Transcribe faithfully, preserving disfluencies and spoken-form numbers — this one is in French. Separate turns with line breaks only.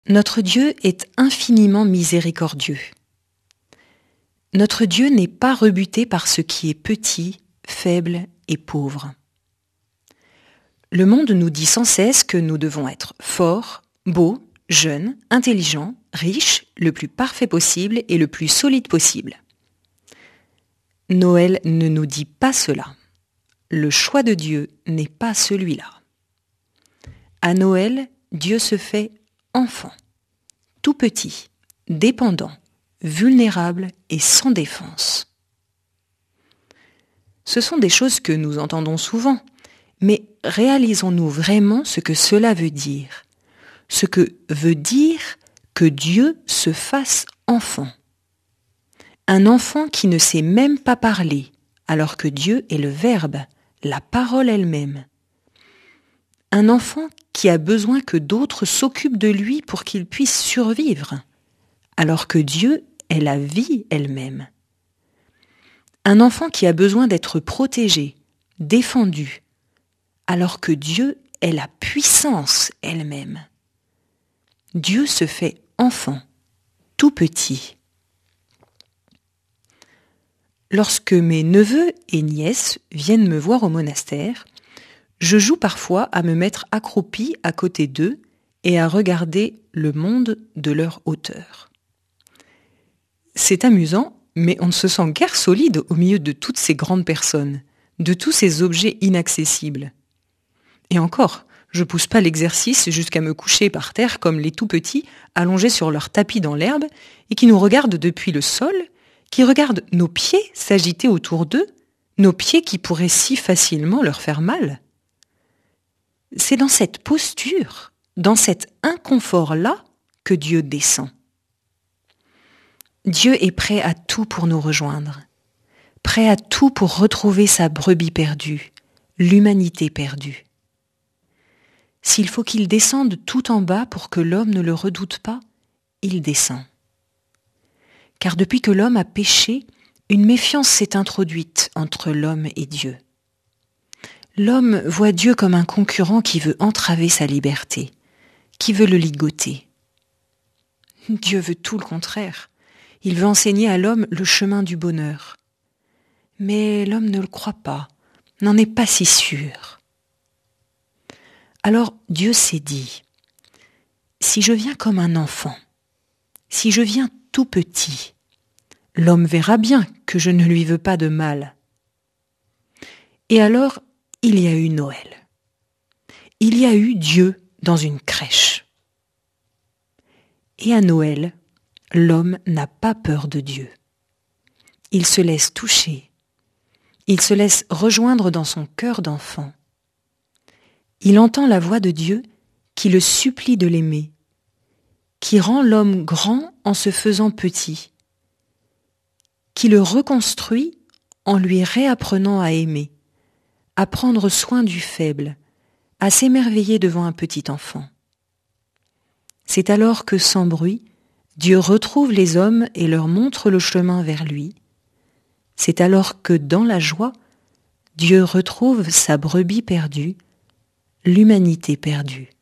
Notre Dieu est infiniment miséricordieux. Notre Dieu n'est pas rebuté par ce qui est petit, faible et pauvre. Le monde nous dit sans cesse que nous devons être forts, beaux, jeunes, intelligents, riches, le plus parfait possible et le plus solide possible. Noël ne nous dit pas cela. Le choix de Dieu n'est pas celui-là. À Noël, Dieu se fait enfant, tout petit, dépendant, vulnérable et sans défense. Ce sont des choses que nous entendons souvent, mais réalisons-nous vraiment ce que cela veut dire? Ce que veut dire que Dieu se fasse enfant. Un enfant qui ne sait même pas parler, alors que Dieu est le Verbe, la parole elle-même. Un enfant qui a besoin que d'autres s'occupent de lui pour qu'il puisse survivre, alors que Dieu est la vie elle-même. Un enfant qui a besoin d'être protégé, défendu, alors que Dieu est la puissance elle-même. Dieu se fait enfant, tout petit. Lorsque mes neveux et nièces viennent me voir au monastère, je joue parfois à me mettre accroupi à côté d'eux et à regarder le monde de leur hauteur. C'est amusant, mais on ne se sent guère solide au milieu de toutes ces grandes personnes, de tous ces objets inaccessibles. Et encore, je pousse pas l'exercice jusqu'à me coucher par terre comme les tout-petits allongés sur leur tapis dans l'herbe et qui nous regardent depuis le sol, qui regardent nos pieds s'agiter autour d'eux, nos pieds qui pourraient si facilement leur faire mal. C'est dans cette posture, dans cet inconfort-là, que Dieu descend. Dieu est prêt à tout pour nous rejoindre, prêt à tout pour retrouver sa brebis perdue, l'humanité perdue. S'il faut qu'il descende tout en bas pour que l'homme ne le redoute pas, il descend. Car depuis que l'homme a péché, une méfiance s'est introduite entre l'homme et Dieu. L'homme voit Dieu comme un concurrent qui veut entraver sa liberté, qui veut le ligoter. Dieu veut tout le contraire. Il veut enseigner à l'homme le chemin du bonheur. Mais l'homme ne le croit pas, n'en est pas si sûr. Alors Dieu s'est dit, si je viens comme un enfant, si je viens tout petit, l'homme verra bien que je ne lui veux pas de mal. Et alors, il y a eu Noël. Il y a eu Dieu dans une crèche. Et à Noël, l'homme n'a pas peur de Dieu. Il se laisse toucher. Il se laisse rejoindre dans son cœur d'enfant. Il entend la voix de Dieu qui le supplie de l'aimer, qui rend l'homme grand en se faisant petit, qui le reconstruit en lui réapprenant à aimer, à prendre soin du faible, à s'émerveiller devant un petit enfant. C'est alors que, sans bruit, Dieu retrouve les hommes et leur montre le chemin vers lui. C'est alors que, dans la joie, Dieu retrouve sa brebis perdue, l'humanité perdue.